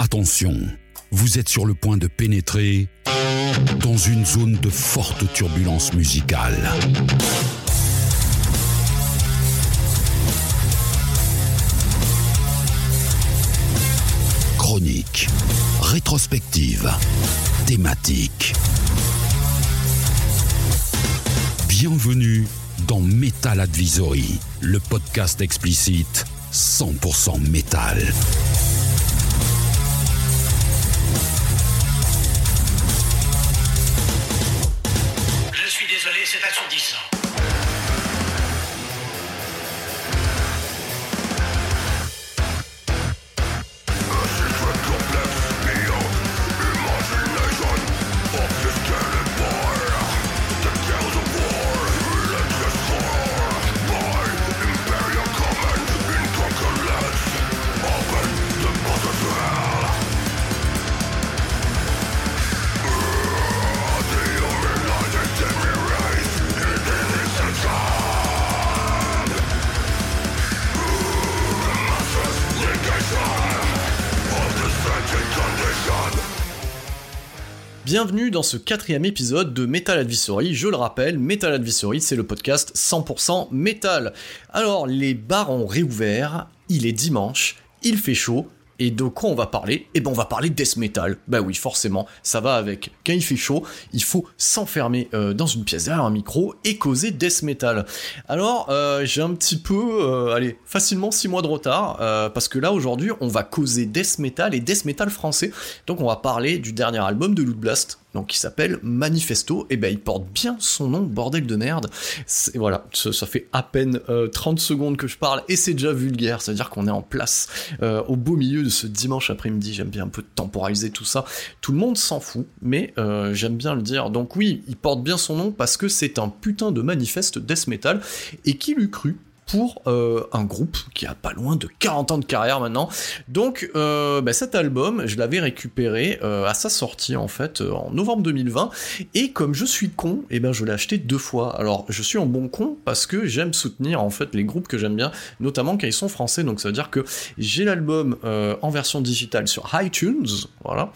Attention, vous êtes sur le point de pénétrer dans une zone de forte turbulence musicale. Chronique, rétrospective, thématique. Bienvenue dans Metal Advisory, le podcast explicite 100% métal. Je suis désolé, c'est assourdissant. Bienvenue dans ce 4e épisode de Metal Advisory. Je le rappelle, Metal Advisory, c'est le podcast 100% métal. Alors, les bars ont réouvert, il est dimanche, il fait chaud, et de quoi on va parler ? Eh ben on va parler de death metal. Bah oui, forcément, ça va avec. Quand il fait chaud, il faut s'enfermer dans une pièce derrière un micro et causer death metal. Alors, j'ai un petit peu, facilement 6 mois de retard, parce que là, aujourd'hui, on va causer death metal et death metal français. Donc on va parler du dernier album de Loot Blast, donc qui s'appelle Manifesto. Et ben il porte bien son nom, bordel de merde. Voilà, ça fait à peine 30 secondes que je parle, et c'est déjà vulgaire, c'est-à-dire qu'on est en place, au beau milieu de ce dimanche après-midi. J'aime bien un peu temporaliser tout ça. Tout le monde s'en fout, mais j'aime bien le dire. Donc oui, il porte bien son nom parce que c'est un putain de manifeste death metal, et qui l'eût cru pour un groupe qui a pas loin de 40 ans de carrière maintenant. Donc cet album, je l'avais récupéré à sa sortie en fait en novembre 2020, et comme je suis con, je l'ai acheté 2 fois. Alors je suis un bon con parce que j'aime soutenir en fait les groupes que j'aime bien, notamment quand ils sont français, donc ça veut dire que j'ai l'album en version digitale sur iTunes, voilà.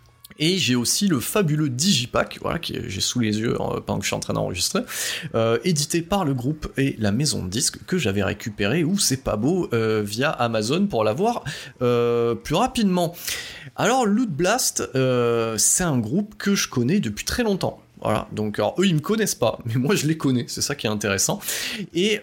Et j'ai aussi le fabuleux Digipack, voilà, que j'ai sous les yeux pendant que je suis en train d'enregistrer, édité par le groupe et la maison de disques, que j'avais récupéré, ou c'est pas beau, via Amazon pour l'avoir plus rapidement. Alors Loot Blast, c'est un groupe que je connais depuis très longtemps. Voilà, donc alors eux ils me connaissent pas, mais moi je les connais, c'est ça qui est intéressant. Et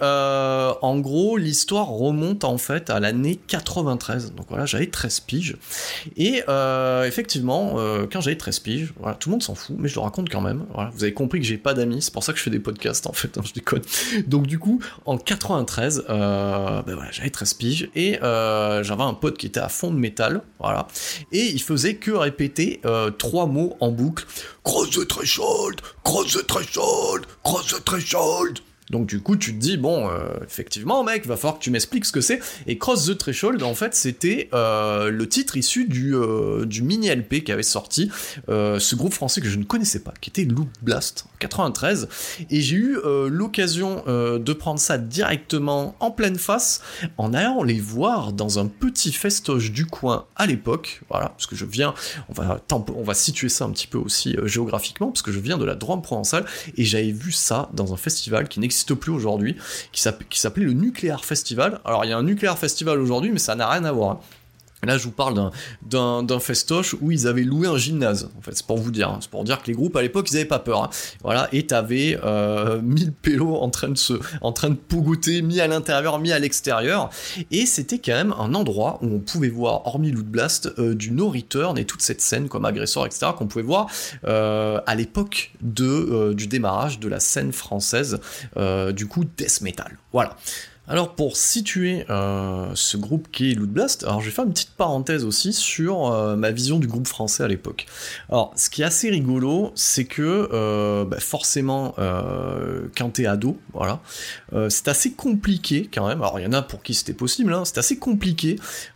en gros l'histoire remonte en fait à l'année 93, donc voilà, j'avais 13 piges. Et effectivement, quand j'avais 13 piges, voilà, tout le monde s'en fout, mais je le raconte quand même. Voilà, vous avez compris que j'ai pas d'amis, c'est pour ça que je fais des podcasts en fait, hein, je déconne. Donc du coup, en 93, voilà, j'avais 13 piges, et j'avais un pote qui était à fond de métal, voilà, et il faisait que répéter 3 mots en boucle: cross the threshold, cross the threshold, cross the threshold. Donc du coup tu te dis effectivement mec, va falloir que tu m'expliques ce que c'est. Et Cross the Threshold en fait c'était le titre issu du mini LP qui avait sorti ce groupe français que je ne connaissais pas, qui était Loot Blast en 93, et j'ai eu l'occasion de prendre ça directement en pleine face en allant les voir dans un petit festoche du coin à l'époque, voilà, parce que je viens, on va situer ça un petit peu aussi géographiquement, parce que je viens de la Drôme provençale, et j'avais vu ça dans un festival qui n'existe plus aujourd'hui, qui s'appelait le Nuclear Festival. Alors il y a un Nuclear Festival aujourd'hui, mais ça n'a rien à voir. Là, je vous parle d'un festoche où ils avaient loué un gymnase. En fait, c'est pour vous dire. Hein. C'est pour dire que les groupes, à l'époque, ils avaient pas peur. Hein. Voilà. Et t'avais 1000 pélos en train de pogoter, mis à l'intérieur, mis à l'extérieur. Et c'était quand même un endroit où on pouvait voir, hormis Loot Blast, du No Return et toute cette scène comme Agressor, etc., qu'on pouvait voir à l'époque du démarrage de la scène française, du coup, death metal. Voilà. Alors pour situer ce groupe qui est Loot Blast, alors je vais faire une petite parenthèse aussi sur ma vision du groupe français à l'époque. Alors ce qui est assez rigolo, c'est que forcément quand t'es ado, voilà, c'est assez compliqué quand même. Alors il y en a pour qui c'était possible, hein, c'est assez compliqué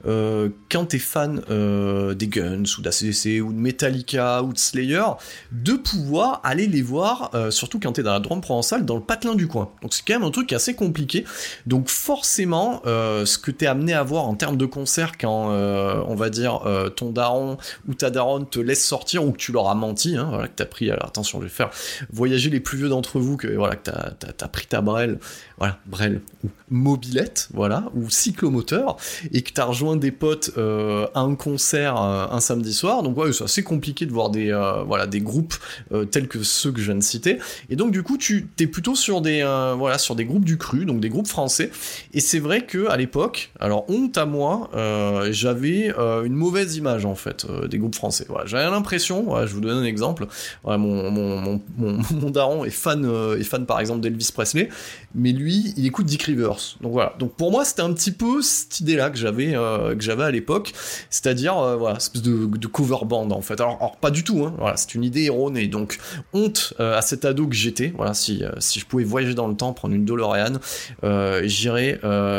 quand t'es fan des Guns ou d'ACDC ou de Metallica ou de Slayer, de pouvoir aller les voir, surtout quand t'es dans la Drôme provençale, dans le patelin du coin. Donc c'est quand même un truc assez compliqué. Donc Donc forcément, ce que t'es amené à voir en termes de concert quand, on va dire, ton daron ou ta daronne te laisse sortir ou que tu leur as menti, hein, voilà, que t'as pris, alors attention, je vais faire voyager les plus vieux d'entre vous, que voilà, que t'as pris ta Brel, voilà, Brel ou mobilette, voilà, ou cyclomoteur, et que t'as rejoint des potes à un concert un samedi soir. Donc ouais, c'est assez compliqué de voir des groupes tels que ceux que je viens de citer. Et donc du coup, t'es plutôt sur des groupes du cru, donc des groupes français. Et c'est vrai que à l'époque, alors honte à moi, j'avais une mauvaise image en fait des groupes français. Voilà, j'avais l'impression, voilà, je vous donne un exemple. Voilà, mon daron est fan par exemple d'Elvis Presley, mais lui, il écoute Dick Rivers. Donc voilà. Donc pour moi, c'était un petit peu cette idée-là que j'avais à l'époque, c'est-à-dire voilà, espèce de cover band en fait. Alors pas du tout, hein. Voilà, c'est une idée erronée. Donc honte à cet ado que j'étais. Voilà, si je pouvais voyager dans le temps, prendre une DeLorean, j'irais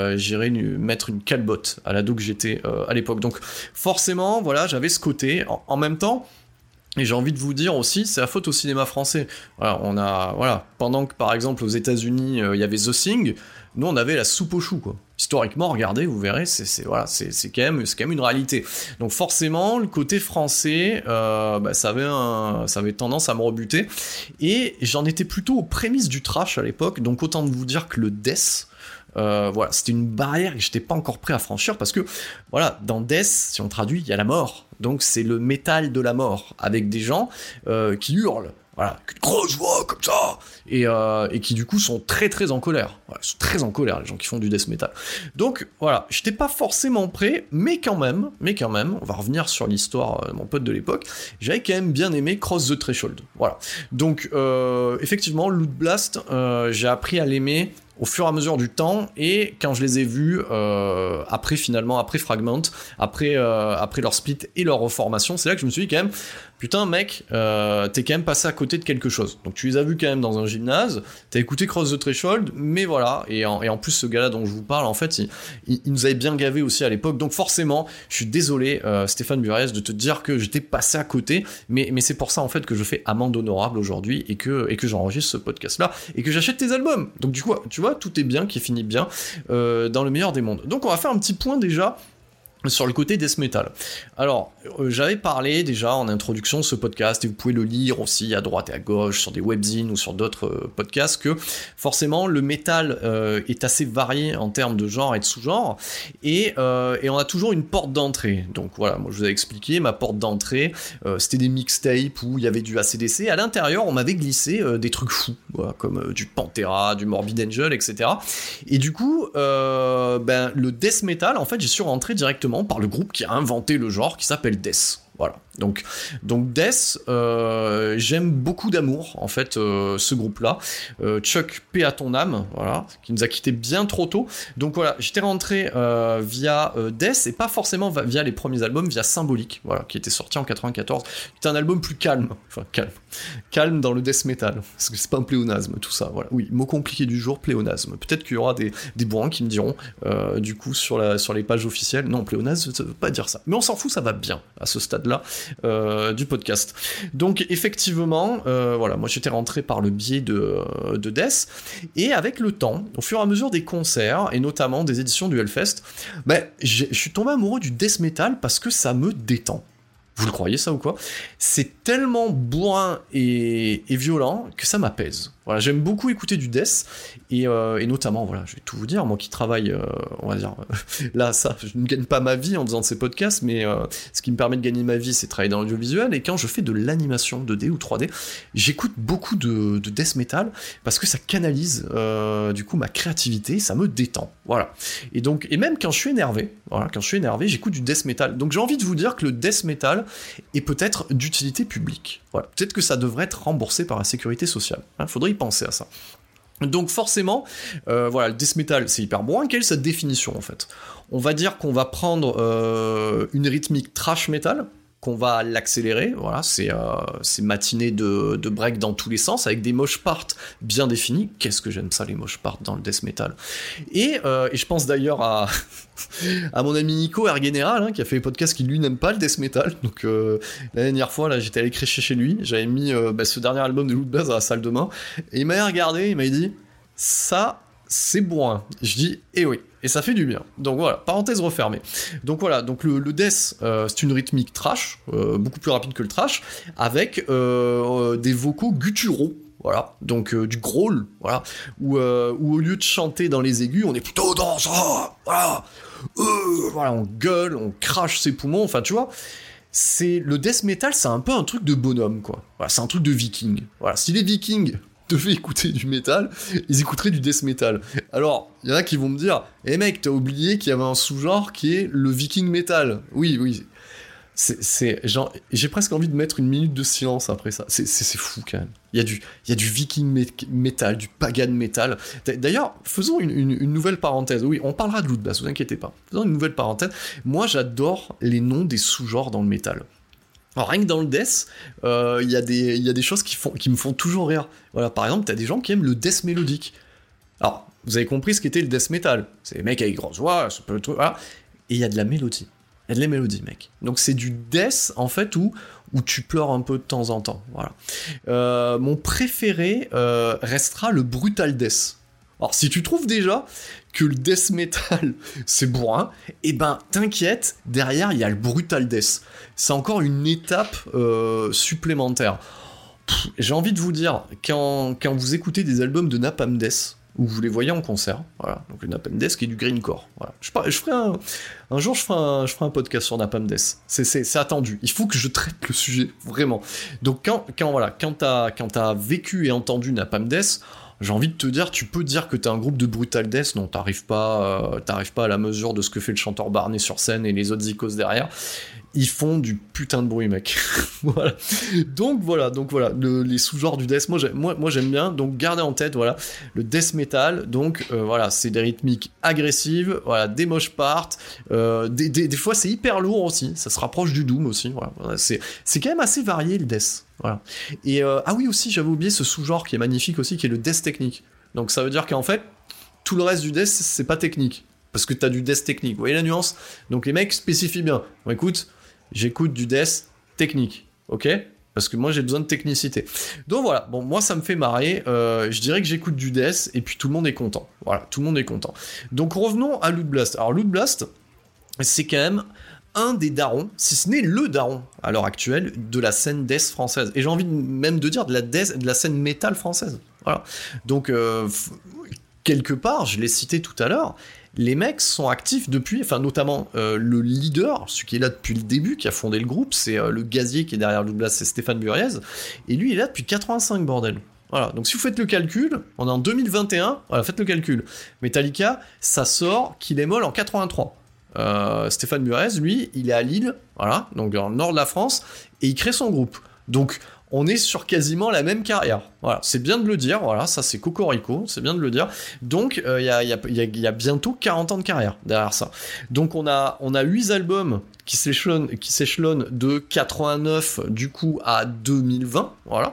mettre une calbotte à l'ado que j'étais à l'époque. Donc forcément, voilà, j'avais ce côté. En même temps. Et j'ai envie de vous dire aussi, c'est la faute au cinéma français. Voilà, pendant que par exemple aux États-Unis il y avait The Thing, nous on avait la soupe aux choux, quoi. Historiquement, regardez, vous verrez, c'est quand même une réalité. Donc forcément, le côté français, ça avait tendance à me rebuter. Et j'en étais plutôt aux prémices du trash à l'époque. Donc autant vous dire que le death. Voilà, c'était une barrière que j'étais pas encore prêt à franchir parce que, voilà, dans Death, si on traduit, il y a la mort. Donc c'est le métal de la mort, avec des gens qui hurlent, voilà, une grosse voix comme ça, et qui du coup sont très très en colère. Voilà, ils sont très en colère, les gens qui font du death metal. Donc voilà, j'étais pas forcément prêt, mais quand même, on va revenir sur l'histoire de mon pote de l'époque, j'avais quand même bien aimé Cross the Threshold. Voilà. Donc effectivement, Loot Blast, j'ai appris à l'aimer au fur et à mesure du temps, et quand je les ai vus après Fragment, après leur split et leur reformation, c'est là que je me suis dit quand même, putain mec, t'es quand même passé à côté de quelque chose. Donc tu les as vus quand même dans un gymnase, t'as écouté Cross the Threshold, mais voilà, et en plus ce gars-là dont je vous parle, en fait, il nous avait bien gavé aussi à l'époque, donc forcément, je suis désolé, Stéphane Burès, de te dire que j'étais passé à côté, mais c'est pour ça en fait que je fais amende honorable aujourd'hui, et que j'enregistre ce podcast-là, et que j'achète tes albums. Donc du coup, tu vois, tout est bien, qui finit bien, dans le meilleur des mondes. Donc on va faire un petit point déjà sur le côté death metal. Alors, j'avais parlé déjà en introduction de ce podcast, et vous pouvez le lire aussi à droite et à gauche sur des webzines ou sur d'autres podcasts, que forcément le metal est assez varié en termes de genre et de sous-genre, et on a toujours une porte d'entrée. Donc voilà, moi je vous ai expliqué, ma porte d'entrée, c'était des mixtapes où il y avait du AC/DC, à l'intérieur on m'avait glissé des trucs fous, voilà, comme du Pantera, du Morbid Angel, etc. Et du coup, le death metal, en fait, j'y suis rentré directement par le groupe qui a inventé le genre, qui s'appelle Death. Voilà. Donc Death, j'aime beaucoup d'amour, en fait, ce groupe-là. Chuck, paix à ton âme, voilà, qui nous a quittés bien trop tôt. Donc voilà, j'étais rentré via Death, et pas forcément via les premiers albums, via Symbolique, voilà, qui était sorti en 94. C'était un album plus calme, calme dans le death metal, parce que c'est pas un pléonasme, tout ça, voilà. Oui, mot compliqué du jour, pléonasme. Peut-être qu'il y aura des bourrins qui me diront, du coup, sur les pages officielles, non, pléonasme, ça veut pas dire ça. Mais on s'en fout, ça va bien, à ce stade-là du podcast. Donc effectivement, voilà, moi j'étais rentré par le biais de Death, et avec le temps, au fur et à mesure des concerts, et notamment des éditions du Hellfest, je suis tombé amoureux du death metal parce que ça me détend. Vous le croyez ça ou quoi ? C'est tellement bourrin et violent que ça m'apaise. Voilà, j'aime beaucoup écouter du death, et notamment, voilà, je vais tout vous dire, moi qui travaille, on va dire, là, ça, je ne gagne pas ma vie en faisant de ces podcasts, mais ce qui me permet de gagner ma vie, c'est de travailler dans l'audiovisuel, et quand je fais de l'animation 2D ou 3D, j'écoute beaucoup de death metal, parce que ça canalise, du coup, ma créativité, ça me détend, voilà. Et donc, et même quand je suis énervé, j'écoute du death metal. Donc j'ai envie de vous dire que le death metal est peut-être d'utilité publique. Voilà. Peut-être que ça devrait être remboursé par la sécurité sociale. Faudrait y penser à ça. Donc forcément, voilà, le death metal, c'est hyper bourrin. Quelle est sa définition, en fait ? On va dire qu'on va prendre une rythmique trash metal, qu'on va l'accélérer, voilà, c'est matinées de break dans tous les sens, avec des mosh parts bien définis. Qu'est-ce que j'aime ça, les mosh parts dans le death metal. Et je pense d'ailleurs à mon ami Nico, Air General, qui a fait les podcasts, qui lui n'aime pas le death metal. Donc la dernière fois, là, j'étais allé crécher chez lui, j'avais mis ce dernier album de Loot Blast à la salle de bain, et il m'a regardé, il m'a dit, ça, c'est bourrin. Je dis, eh oui, et ça fait du bien. Donc voilà, parenthèse refermée. Donc voilà, donc le death, c'est une rythmique trash, beaucoup plus rapide que le trash, avec des vocaux gutturaux. Voilà, donc du growl, voilà, où au lieu de chanter dans les aigus, on est plutôt dans ça, voilà, on gueule, on crache ses poumons, enfin tu vois, c'est le death metal, c'est un peu un truc de bonhomme, quoi. Voilà, c'est un truc de viking. Voilà, si les vikings devaient écouter du métal, ils écouteraient du death metal. Alors, il y en a qui vont me dire, eh mec, t'as oublié qu'il y avait un sous-genre qui est le viking metal. Oui. C'est genre, j'ai presque envie de mettre une minute de silence après ça. C'est fou quand même. Il y a du viking metal, du pagan metal. D'ailleurs, faisons une nouvelle parenthèse. Oui, on parlera de Bloodbath, vous inquiétez pas. Faisons une nouvelle parenthèse. Moi, j'adore les noms des sous-genres dans le métal. Alors, rien que dans le death, il y a des choses qui me font toujours rire. Voilà, par exemple, t'as des gens qui aiment le death mélodique. Alors, vous avez compris ce qu'était le death metal. C'est les mecs avec grosses voix, ça peut le truc, voilà. Et il y a de la mélodie. Il y a de la mélodie, mec. Donc c'est du death, en fait, où tu pleures un peu de temps en temps. Voilà. Mon préféré restera le brutal death. Alors, si tu trouves déjà que le death metal, c'est bourrin, eh ben, t'inquiète, derrière, il y a le brutal death. C'est encore une étape supplémentaire. J'ai envie de vous dire, quand vous écoutez des albums de Napalm Death, ou vous les voyez en concert, voilà, donc le Napalm Death qui est du grindcore, voilà. Je ferai un jour, je ferai un podcast sur Napalm Death, c'est attendu, il faut que je traite le sujet, vraiment. Donc quand t'as vécu et entendu Napalm Death, j'ai envie de te dire, tu peux dire que t'es un groupe de brutal death, non, t'arrives pas à la mesure de ce que fait le chanteur Barney sur scène et les autres zikos derrière. Ils font du putain de bruit, mec. Voilà. Donc voilà, les sous-genres du death, moi j'aime bien, donc gardez en tête, voilà, le death metal, donc voilà, c'est des rythmiques agressives, voilà, des mosh parts, des fois c'est hyper lourd aussi, ça se rapproche du doom aussi, voilà, c'est quand même assez varié le death, voilà. Et ah oui aussi, j'avais oublié ce sous-genre qui est magnifique aussi, qui est le death technique. Donc ça veut dire qu'en fait, tout le reste du death, c'est pas technique, parce que t'as du death technique, vous voyez la nuance? Donc les mecs spécifient bien, bon écoute, j'écoute du death technique, ok? Parce que moi j'ai besoin de technicité. Donc voilà, bon moi ça me fait marrer, je dirais que j'écoute du death et puis tout le monde est content. Voilà, tout le monde est content. Donc revenons à Bloodbath. Alors Bloodbath, c'est quand même un des darons, si ce n'est le daron à l'heure actuelle, de la scène death française. Et j'ai envie même de dire de la scène métal française. Voilà. Donc quelque part, je l'ai cité tout à l'heure, les mecs sont actifs depuis, enfin notamment le leader, celui qui est là depuis le début, qui a fondé le groupe, c'est le gazier qui est derrière Bloodbath, c'est Stéphane Buriez, et lui il est là depuis 85, bordel. Voilà, donc si vous faites le calcul, on est en 2021, voilà, faites le calcul. Metallica, ça sort qu'il est molle en 83. Stéphane Buriez, lui, il est à Lille, voilà, donc dans le nord de la France, et il crée son groupe. Donc on est sur quasiment la même carrière. Voilà, c'est bien de le dire, voilà, ça c'est cocorico, c'est bien de le dire. Donc il y a bientôt 40 ans de carrière derrière ça. Donc on a 8 albums qui s'échelonnent de 89 du coup à 2020, voilà.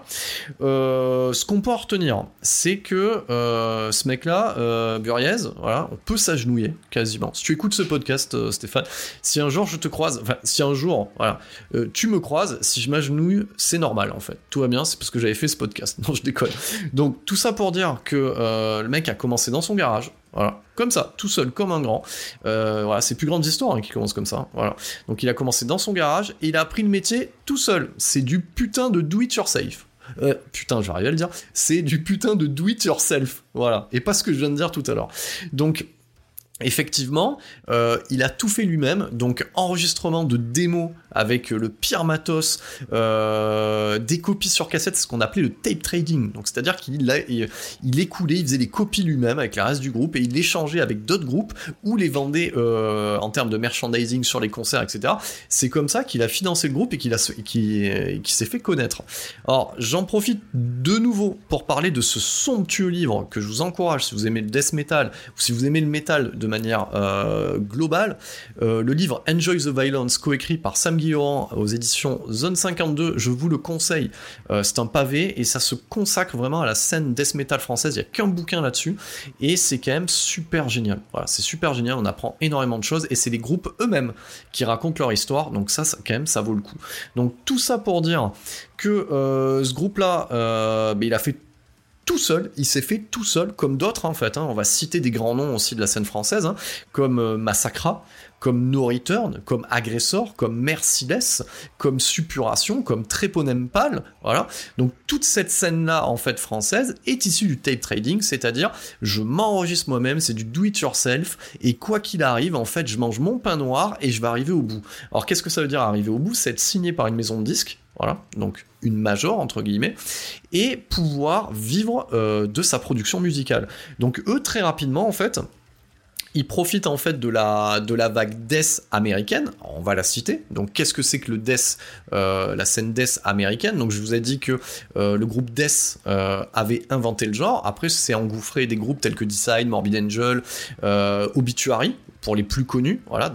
Ce qu'on peut en retenir, c'est que ce mec-là, Buriez, voilà, on peut s'agenouiller quasiment. Si tu écoutes ce podcast, Stéphane, si un jour je te croise, enfin si un jour, voilà, tu me croises, si je m'agenouille, c'est normal en fait. Tout va bien, c'est parce que j'avais fait ce podcast. Non, je déconne. Donc tout ça pour dire que le mec a commencé dans son garage. Voilà, comme ça, tout seul, comme un grand. Voilà, c'est plus grandes histoires qui commencent comme ça. Voilà. Donc il a commencé dans son garage et il a appris le métier tout seul. C'est du putain de do it yourself. Putain, j'arrive à le dire. C'est du putain de do it yourself. Voilà. Et pas ce que je viens de dire tout à l'heure. Donc effectivement, il a tout fait lui-même, donc enregistrement de démos avec le pire matos, des copies sur cassette, c'est ce qu'on appelait le tape trading, donc c'est-à-dire qu'il écoulait, il faisait les copies lui-même avec le reste du groupe, et il échangeait avec d'autres groupes, ou les vendait en termes de merchandising sur les concerts, etc. C'est comme ça qu'il a financé le groupe et qu'il s'est fait connaître. Alors, j'en profite de nouveau pour parler de ce somptueux livre que je vous encourage, si vous aimez le death metal, ou si vous aimez le metal de manière globale, le livre Enjoy the Violence, coécrit par Sam Guilloran aux éditions Zone 52, je vous le conseille. C'est un pavé et ça se consacre vraiment à la scène death metal française. Il n'y a qu'un bouquin là-dessus et c'est quand même super génial. Voilà, c'est super génial, on apprend énormément de choses et c'est les groupes eux-mêmes qui racontent leur histoire, donc ça quand même ça vaut le coup. Donc tout ça pour dire que ce groupe-là, il a fait tout seul, il s'est fait tout seul, comme d'autres en fait, on va citer des grands noms aussi de la scène française, comme Massacra, comme No Return, comme Agressor, comme Merciless, comme Suppuration, comme Tréponempal, voilà. Donc toute cette scène-là, en fait, française, est issue du tape trading, c'est-à-dire, je m'enregistre moi-même, c'est du do-it-yourself, et quoi qu'il arrive, en fait, je mange mon pain noir, et je vais arriver au bout. Alors qu'est-ce que ça veut dire arriver au bout ? C'est être signé par une maison de disques, voilà, donc une major, entre guillemets, et pouvoir vivre de sa production musicale. Donc eux, très rapidement, en fait, ils profitent en fait de la vague death américaine, on va la citer. Donc qu'est-ce que c'est que le death, la scène death américaine ? Donc je vous ai dit que le groupe death avait inventé le genre, après c'est engouffré des groupes tels que Decide, Morbid Angel, Obituary, pour les plus connus, voilà,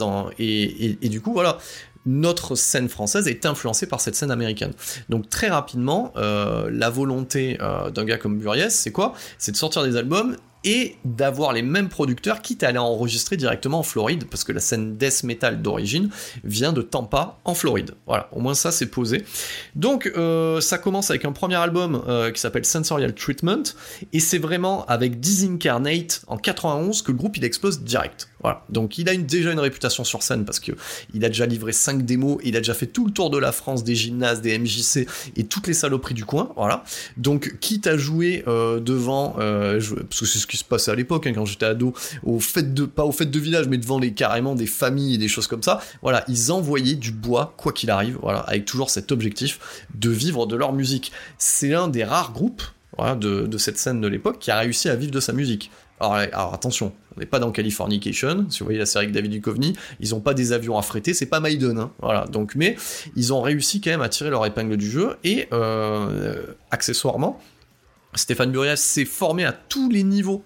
et du coup voilà, notre scène française est influencée par cette scène américaine. Donc très rapidement, la volonté d'un gars comme Buriez, c'est quoi ? C'est de sortir des albums et d'avoir les mêmes producteurs, quitte à aller enregistrer directement en Floride, parce que la scène death metal d'origine vient de Tampa, en Floride. Voilà, au moins ça c'est posé. Donc ça commence avec un premier album qui s'appelle Sensorial Treatment, et c'est vraiment avec Disincarnate en 91 que le groupe il explose direct. Voilà, donc il a déjà une réputation sur scène parce que il a déjà livré 5 démos, il a déjà fait tout le tour de la France, des gymnases, des MJC et toutes les saloperies du coin, voilà. Donc quitte à jouer devant, parce que c'est ce qui se passait à l'époque quand j'étais ado, pas aux fêtes de village, mais devant carrément des familles et des choses comme ça, voilà, ils envoyaient du bois quoi qu'il arrive, voilà, avec toujours cet objectif de vivre de leur musique. C'est l'un des rares groupes, voilà, de cette scène de l'époque qui a réussi à vivre de sa musique. Alors attention, on n'est pas dans Californication, si vous voyez la série avec David Duchovny, ils ont pas des avions à fréter, c'est pas Maiden, voilà, donc, mais ils ont réussi quand même à tirer leur épingle du jeu, et accessoirement, Stéphane Buriez s'est formé à tous les niveaux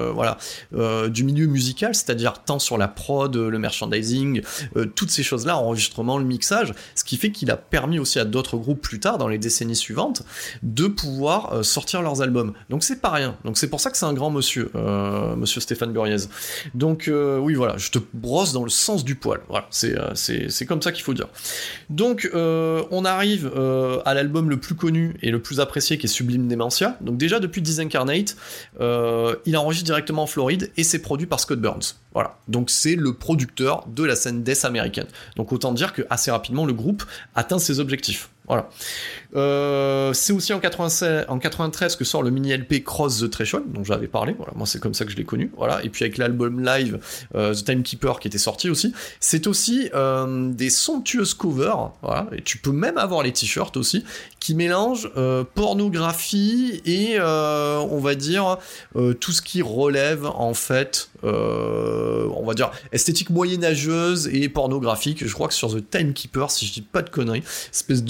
du milieu musical, c'est-à-dire tant sur la prod, le merchandising, toutes ces choses-là, enregistrement, le mixage, ce qui fait qu'il a permis aussi à d'autres groupes plus tard, dans les décennies suivantes, de pouvoir sortir leurs albums. Donc c'est pas rien. Donc c'est pour ça que c'est un grand monsieur, monsieur Stéphane Buriez. Donc oui, voilà, je te brosse dans le sens du poil. Voilà, c'est comme ça qu'il faut dire. Donc on arrive à l'album le plus connu et le plus apprécié, qui est Sublime Dementia. Donc déjà depuis Disincarnate, il enregistre directement en Floride et c'est produit par Scott Burns. Voilà, donc c'est le producteur de la scène death américaine. Donc autant dire que assez rapidement le groupe atteint ses objectifs. Voilà. C'est aussi en 93 que sort le mini LP Cross the Threshold, dont j'avais parlé. Voilà, moi c'est comme ça que je l'ai connu. Voilà. Et puis avec l'album live The Timekeeper qui était sorti aussi. C'est aussi des somptueuses covers. Voilà. Et tu peux même avoir les t-shirts aussi qui mélangent pornographie et on va dire tout ce qui relève en fait, on va dire esthétique moyenâgeuse et pornographique. Je crois que sur The Timekeeper, si je dis pas de conneries, espèce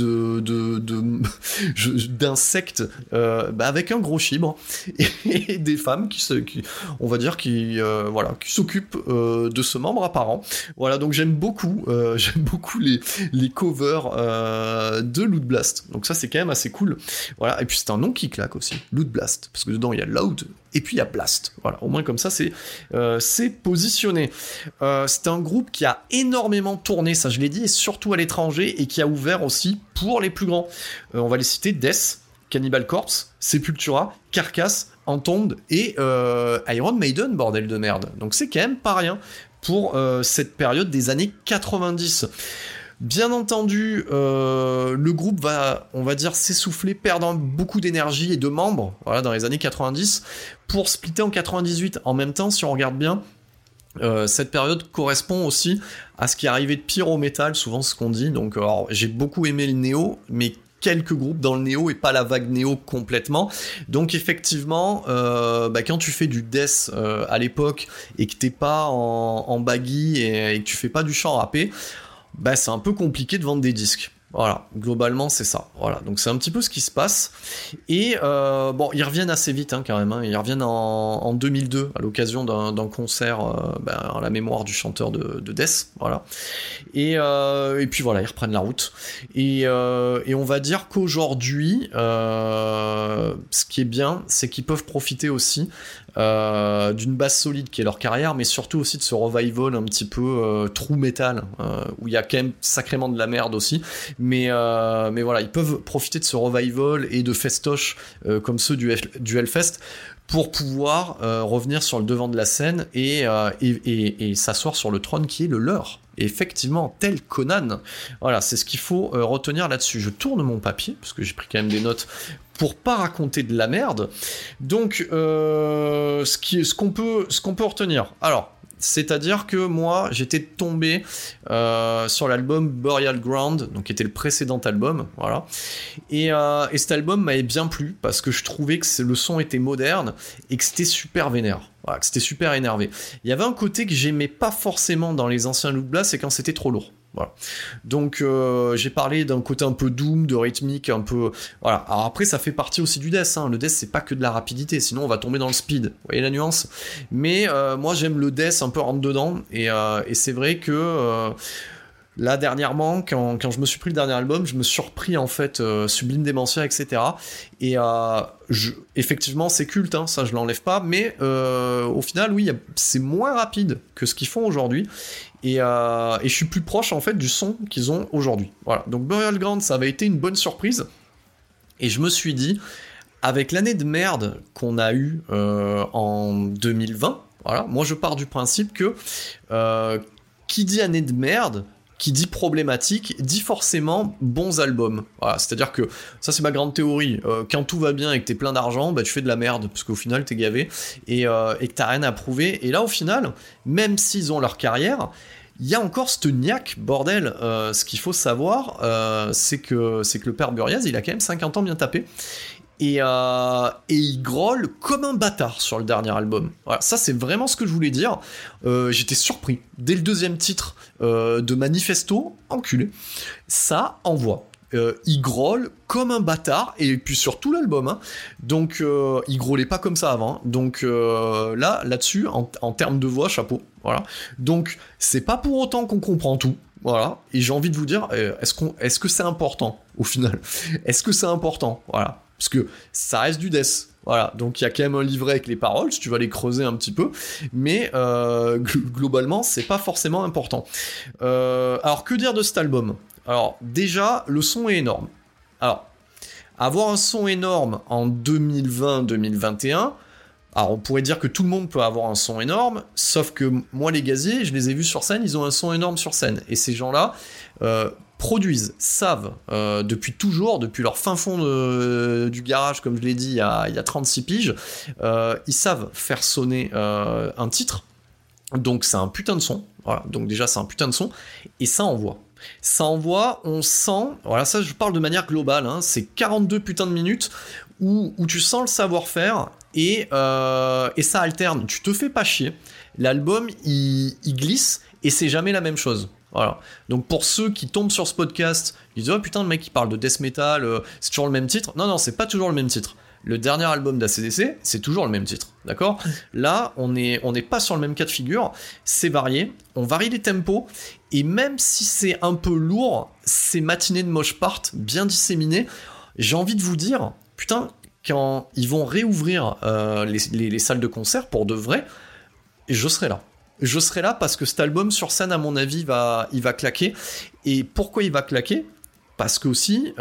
d'insectes avec un gros chibre et des femmes qui s'occupent de ce membre apparent. Voilà, donc j'aime beaucoup les covers de Loot Blast. Donc ça c'est quand même assez cool. Voilà, et puis c'est un nom qui claque aussi, Loot Blast, parce que dedans il y a Loud et puis il y a Blast. Voilà, au moins comme ça c'est positionné. C'est un groupe qui a énormément tourné, ça je l'ai dit, et surtout à l'étranger, et qui a ouvert aussi pour les plus grands. On va les citer: Death, Cannibal Corpse, Sepultura, Carcass, Entombed et Iron Maiden, bordel de merde. Donc c'est quand même pas rien pour cette période des années 90. Bien entendu, le groupe va, on va dire, s'essouffler, perdant beaucoup d'énergie et de membres, voilà, dans les années 90, pour splitter en 98. En même temps, si on regarde bien, cette période correspond aussi à ce qui est arrivé de pire au métal, souvent ce qu'on dit. Donc, alors, j'ai beaucoup aimé le néo, mais quelques groupes dans le néo et pas la vague néo complètement. Donc effectivement, quand tu fais du death à l'époque et que t'es pas en baggy et que tu fais pas du chant rappé, c'est un peu compliqué de vendre des disques. Voilà, globalement c'est ça. Voilà, donc c'est un petit peu ce qui se passe. Et ils reviennent assez vite quand même. Ils reviennent en 2002 à l'occasion d'un concert en la mémoire du chanteur de Death. Voilà. Et puis voilà, ils reprennent la route. Et on va dire qu'aujourd'hui, ce qui est bien, c'est qu'ils peuvent profiter aussi d'une base solide qui est leur carrière, mais surtout aussi de ce revival un petit peu true metal, où il y a quand même sacrément de la merde aussi, mais voilà, ils peuvent profiter de ce revival et de festoches comme ceux du Hellfest pour pouvoir revenir sur le devant de la scène et s'asseoir sur le trône qui est le leur. Et effectivement, tel Conan. Voilà, c'est ce qu'il faut retenir là-dessus. Je tourne mon papier, parce que j'ai pris quand même des notes pour pas raconter de la merde. Donc, ce qu'on peut retenir. Alors, c'est-à-dire que moi, j'étais tombé sur l'album Burial Ground, donc qui était le précédent album, voilà. Et cet album m'avait bien plu parce que je trouvais que le son était moderne et que c'était super vénère. Voilà, que c'était super énervé. Il y avait un côté que j'aimais pas forcément dans les anciens Loot Blast, c'est quand c'était trop lourd. Voilà. Donc j'ai parlé d'un côté un peu doom, de rythmique, un peu... Voilà. Alors après, ça fait partie aussi du death, hein. Le death, c'est pas que de la rapidité, sinon on va tomber dans le speed. Vous voyez la nuance ? Mais moi, j'aime le death un peu rentre dedans, et c'est vrai que... Là, dernièrement, quand je me suis pris le dernier album, je me suis repris, en fait, Sublime Dementia, etc. Et effectivement, c'est culte, hein, ça, je l'enlève pas, mais au final, oui, c'est moins rapide que ce qu'ils font aujourd'hui. Et je suis plus proche, en fait, du son qu'ils ont aujourd'hui. Voilà. Donc, Burial Ground, ça avait été une bonne surprise. Et je me suis dit, avec l'année de merde qu'on a eue en 2020, voilà, moi, je pars du principe que qui dit année de merde, qui dit problématique, dit forcément bons albums. Voilà, c'est-à-dire que, ça c'est ma grande théorie, quand tout va bien et que t'es plein d'argent, bah tu fais de la merde, parce qu'au final t'es gavé, et que t'as rien à prouver, et là au final, même s'ils ont leur carrière, il y a encore cette niaque, bordel, ce qu'il faut savoir, c'est que le père Buriaz, il a quand même 50 ans bien tapé, et il grolle comme un bâtard sur le dernier album. Voilà, ça c'est vraiment ce que je voulais dire. J'étais surpris. Dès le deuxième titre de Manifesto, enculé, ça envoie. Il grolle comme un bâtard, et puis sur tout l'album, hein. Donc il grollait pas comme ça avant, hein. Donc là-dessus, en termes de voix, chapeau, voilà. Donc c'est pas pour autant qu'on comprend tout, voilà, et j'ai envie de vous dire, est-ce que c'est important, au final? Est-ce que c'est important? Voilà, parce que ça reste du death. Voilà, donc il y a quand même un livret avec les paroles, si tu vas les creuser un petit peu, mais globalement, c'est pas forcément important. Alors, que dire de cet album ? Alors, déjà, le son est énorme. Alors, avoir un son énorme en 2020-2021, alors on pourrait dire que tout le monde peut avoir un son énorme, sauf que moi, les gaziers, je les ai vus sur scène, ils ont un son énorme sur scène, et ces gens-là... produisent, savent, depuis toujours, depuis leur fin fond du garage, comme je l'ai dit il y a 36 piges, ils savent faire sonner un titre, donc c'est un putain de son, voilà, donc déjà c'est un putain de son, et ça envoie. Ça envoie, on sent, voilà, ça je parle de manière globale, hein, c'est 42 putains de minutes où tu sens le savoir-faire, et ça alterne, tu te fais pas chier, l'album il glisse, et c'est jamais la même chose. Voilà. Donc pour ceux qui tombent sur ce podcast, ils disent oh putain le mec il parle de death metal, c'est toujours le même titre. Non, c'est pas toujours le même titre. Le dernier album d'ACDC, c'est toujours le même titre, d'accord ? Là, on n'est pas sur le même cas de figure, c'est varié, on varie les tempos, et même si c'est un peu lourd, ces matinées de mosh part bien disséminées, j'ai envie de vous dire, putain, quand ils vont réouvrir les salles de concert pour de vrai, je serai là. Je serai là parce que cet album sur scène, à mon avis, il va claquer. Et pourquoi il va claquer ? Parce que aussi,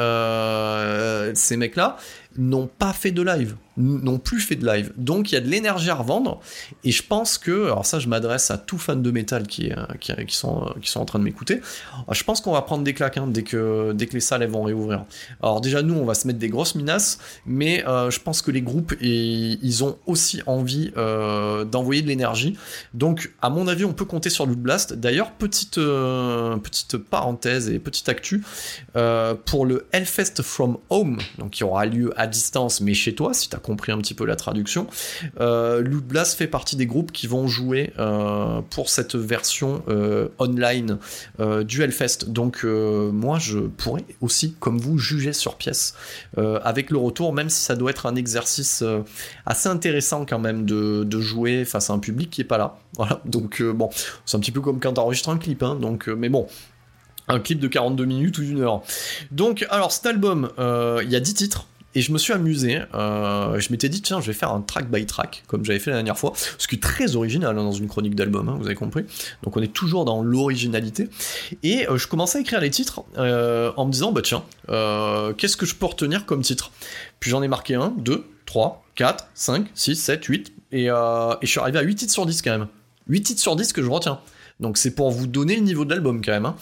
ces mecs-là n'ont pas fait de live, n'ont plus fait de live. Donc il y a de l'énergie à revendre. Et je pense que, alors ça, je m'adresse à tous fans de métal qui sont en train de m'écouter. Je pense qu'on va prendre des claques, hein, dès que les salles elles vont réouvrir. Alors déjà, nous, on va se mettre des grosses minasses, mais je pense que les groupes, ils ont aussi envie d'envoyer de l'énergie. Donc, à mon avis, on peut compter sur Loot Blast. D'ailleurs, petite parenthèse et petite actu, pour le Hellfest from Home, donc qui aura lieu à distance, mais chez toi, si t'as compris un petit peu la traduction, Loot Blast fait partie des groupes qui vont jouer pour cette version online du Hellfest. Donc moi, je pourrais aussi, comme vous, juger sur pièce avec le retour, même si ça doit être un exercice assez intéressant quand même de jouer face à un public qui est pas là. Voilà, donc bon, c'est un petit peu comme quand t'enregistres un clip, hein, donc, mais bon, un clip de 42 minutes ou d'une heure. Donc, alors, cet album, il y a 10 titres. et je me suis amusé. Je m'étais dit, tiens, je vais faire un track by track, comme j'avais fait la dernière fois, ce qui est très original dans une chronique d'album, vous avez compris. Donc on est toujours dans l'originalité. Et je commençais à écrire les titres en me disant, bah tiens, qu'est-ce que je peux retenir comme titre ? Puis j'en ai marqué 1, 2, 3, 4, 5, 6, 7, 8, et je suis arrivé à 8 titres sur 10 quand même. 8 titres sur 10 que je retiens. Donc c'est pour vous donner le niveau de l'album quand même.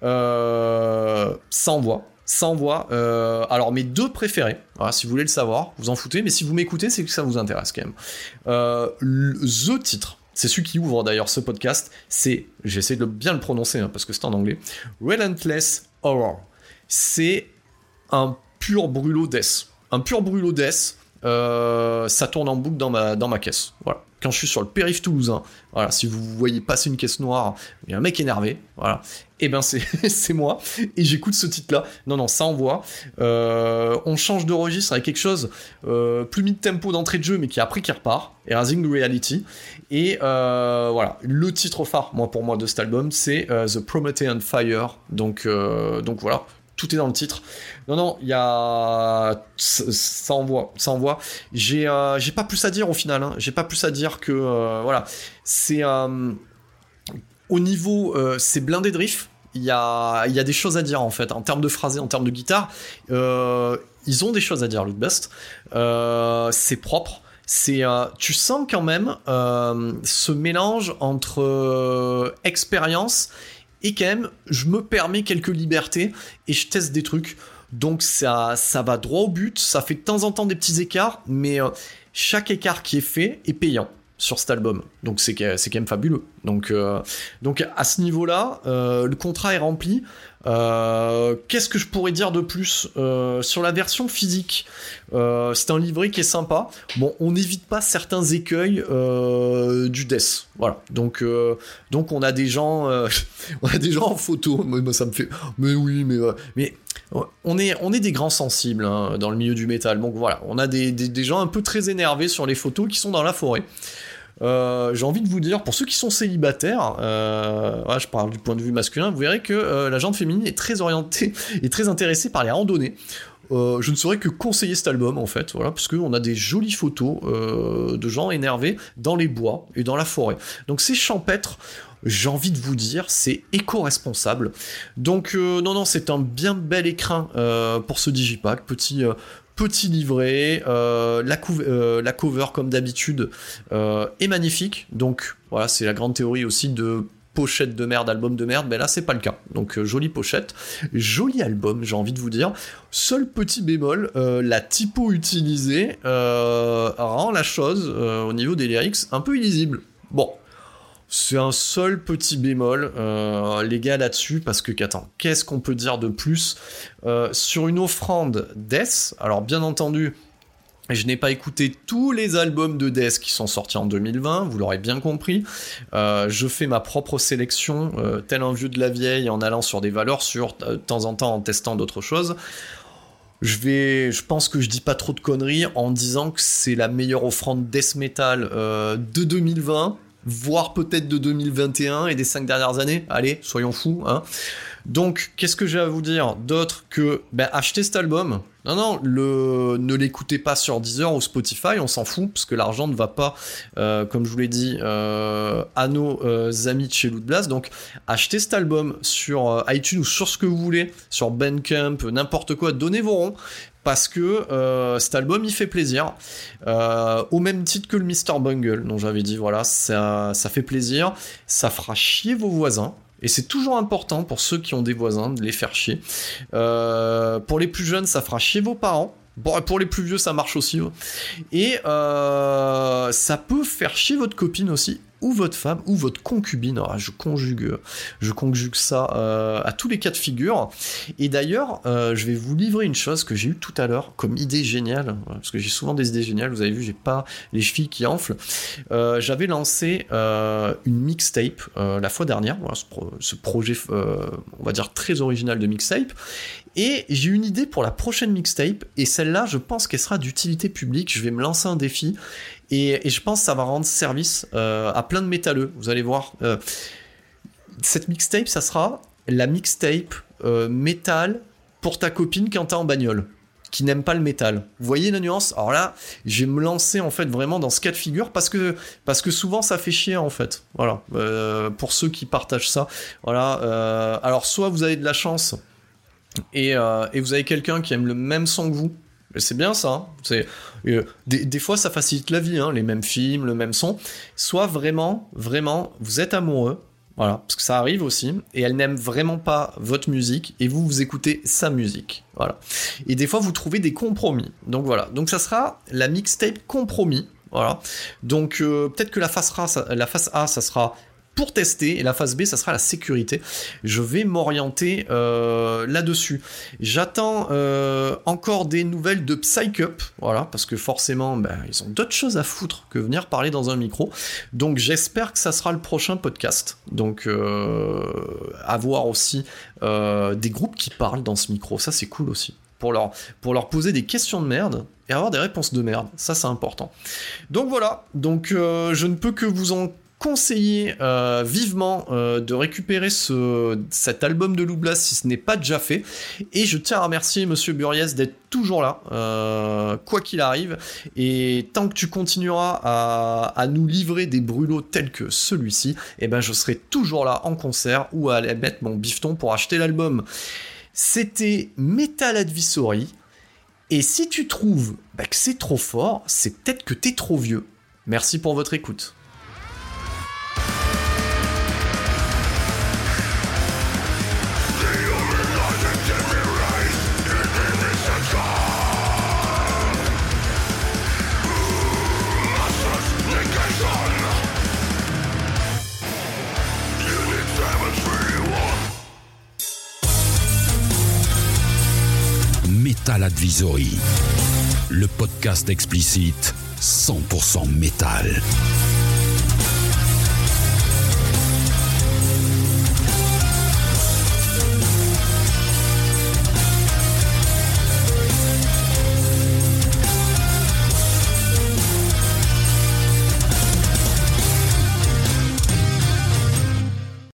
Ça envoie. Alors mes 2 préférés, voilà, si vous voulez le savoir, vous en foutez, mais si vous m'écoutez, c'est que ça vous intéresse quand même. The titre, c'est celui qui ouvre d'ailleurs ce podcast, j'essaie de bien le prononcer parce que c'est en anglais, Relentless Horror. C'est un pur brûlot death. Ça tourne en boucle dans ma caisse. Voilà. Quand je suis sur le périph' toulousain, voilà, si vous voyez passer une caisse noire, il y a un mec énervé, voilà, et ben c'est moi, et j'écoute ce titre-là. Non, ça envoie. On change de registre avec quelque chose plus mid-tempo d'entrée de jeu, mais qui après qui repart, Erasing Reality. Et voilà, le titre phare, pour moi de cet album, c'est The Promethean Fire. Donc voilà. Tout est dans le titre. Non, il y ça envoie. J'ai pas plus à dire au final. J'ai pas plus à dire que voilà. C'est au niveau, c'est blindé de riff. Il y a des choses à dire en fait en termes de phrasé, en termes de guitare. Ils ont des choses à dire, Ludbest. C'est propre. Tu sens quand même ce mélange entre expérience. Et quand même, je me permets quelques libertés et je teste des trucs. Donc ça va droit au but, ça fait de temps en temps des petits écarts, mais chaque écart qui est fait est payant sur cet album. Donc c'est quand même fabuleux. Donc à ce niveau-là, le contrat est rempli. Qu'est-ce que je pourrais dire de plus sur la version physique, c'est un livret qui est sympa. Bon, on n'évite pas certains écueils du death. Voilà. Donc on a des gens en photo. Moi, ça me fait. Mais oui, mais on est des grands sensibles dans le milieu du métal. Donc voilà, on a des gens un peu très énervés sur les photos qui sont dans la forêt. J'ai envie de vous dire, pour ceux qui sont célibataires, je parle du point de vue masculin, vous verrez que la gente féminine est très orientée et très intéressée par les randonnées. Je ne saurais que conseiller cet album en fait, voilà, parce qu'on a des jolies photos de gens énervés dans les bois et dans la forêt. Donc c'est champêtre. J'ai envie de vous dire, c'est éco-responsable. Donc non, c'est un bien bel écrin pour ce digipack, petit livret, la cover comme d'habitude est magnifique. Donc voilà, c'est la grande théorie aussi de pochette de merde, album de merde, mais là c'est pas le cas. Donc jolie pochette, joli album, j'ai envie de vous dire. Seul petit bémol, la typo utilisée rend la chose au niveau des lyrics un peu illisible. Bon, c'est un seul petit bémol, les gars, là-dessus, parce que, qu'est-ce qu'on peut dire de plus sur une offrande Death? Alors, bien entendu, je n'ai pas écouté tous les albums de Death qui sont sortis en 2020, vous l'aurez bien compris. Je fais ma propre sélection, tel un vieux de la vieille, en allant sur des valeurs sûres, de temps en temps en testant d'autres choses. Je pense que je dis pas trop de conneries en disant que c'est la meilleure offrande Death Metal de 2020, voire peut-être de 2021 et des 5 dernières années. Allez, soyons fous, hein. Donc, qu'est-ce que j'ai à vous dire d'autre que achetez cet album. Non, ne l'écoutez pas sur Deezer ou Spotify, on s'en fout, parce que l'argent ne va pas, comme je vous l'ai dit, à nos amis de chez Lootblast. Donc, achetez cet album sur iTunes ou sur ce que vous voulez, sur Bandcamp, n'importe quoi, donnez vos ronds, parce que cet album, il fait plaisir, au même titre que le Mr. Bungle, dont j'avais dit, voilà, ça fait plaisir, ça fera chier vos voisins. Et c'est toujours important pour ceux qui ont des voisins de les faire chier. Pour les plus jeunes, ça fera chier vos parents. Bon, pour les plus vieux, ça marche aussi. Et ça peut faire chier votre copine aussi, ou votre femme, ou votre concubine. Alors, je conjugue ça à tous les cas de figure. Et d'ailleurs, je vais vous livrer une chose que j'ai eue tout à l'heure comme idée géniale, parce que j'ai souvent des idées géniales, vous avez vu, j'ai pas les chevilles qui enflent. J'avais lancé une mixtape la fois dernière, voilà, ce projet, on va dire, très original de mixtape. Et j'ai une idée pour la prochaine mixtape, et celle-là, je pense qu'elle sera d'utilité publique. Je vais me lancer un défi, et je pense que ça va rendre service à plein de métalleux. Vous allez voir. Cette mixtape, ça sera la mixtape métal pour ta copine quand t'es en bagnole. qui n'aiment pas le métal. Vous voyez la nuance? Alors là, je vais me lancer en fait vraiment dans ce cas de figure parce que souvent ça fait chier en fait. Voilà, pour ceux qui partagent ça. Voilà. Alors soit vous avez de la chance et vous avez quelqu'un qui aime le même son que vous. C'est bien ça, hein. Des fois ça facilite la vie, hein, les mêmes films, le même son. Soit vraiment, vous êtes amoureux, voilà, parce que ça arrive aussi, et elle n'aime vraiment pas votre musique, et vous écoutez sa musique, voilà. Et des fois vous trouvez des compromis, donc voilà. Donc ça sera la mixtape compromis, voilà. Donc peut-être que la face A, ça sera pour tester, et la phase B, ça sera la sécurité. Je vais m'orienter là-dessus. J'attends encore des nouvelles de Psycup, voilà, parce que forcément, ils ont d'autres choses à foutre que venir parler dans un micro. Donc j'espère que ça sera le prochain podcast. Donc avoir aussi des groupes qui parlent dans ce micro, ça c'est cool aussi. Pour leur poser des questions de merde et avoir des réponses de merde, ça c'est important. Donc voilà, donc je ne peux que vous en conseiller vivement de récupérer cet album de Loublas si ce n'est pas déjà fait, et je tiens à remercier Monsieur Buriez d'être toujours là, quoi qu'il arrive, et tant que tu continueras à nous livrer des brûlots tels que celui-ci, je serai toujours là en concert ou à aller mettre mon bifton pour acheter l'album. C'était Metal Advisory, et si tu trouves que c'est trop fort, c'est peut-être que t'es trop vieux. Merci pour votre écoute. Metal Advisory, le podcast explicite 100% métal.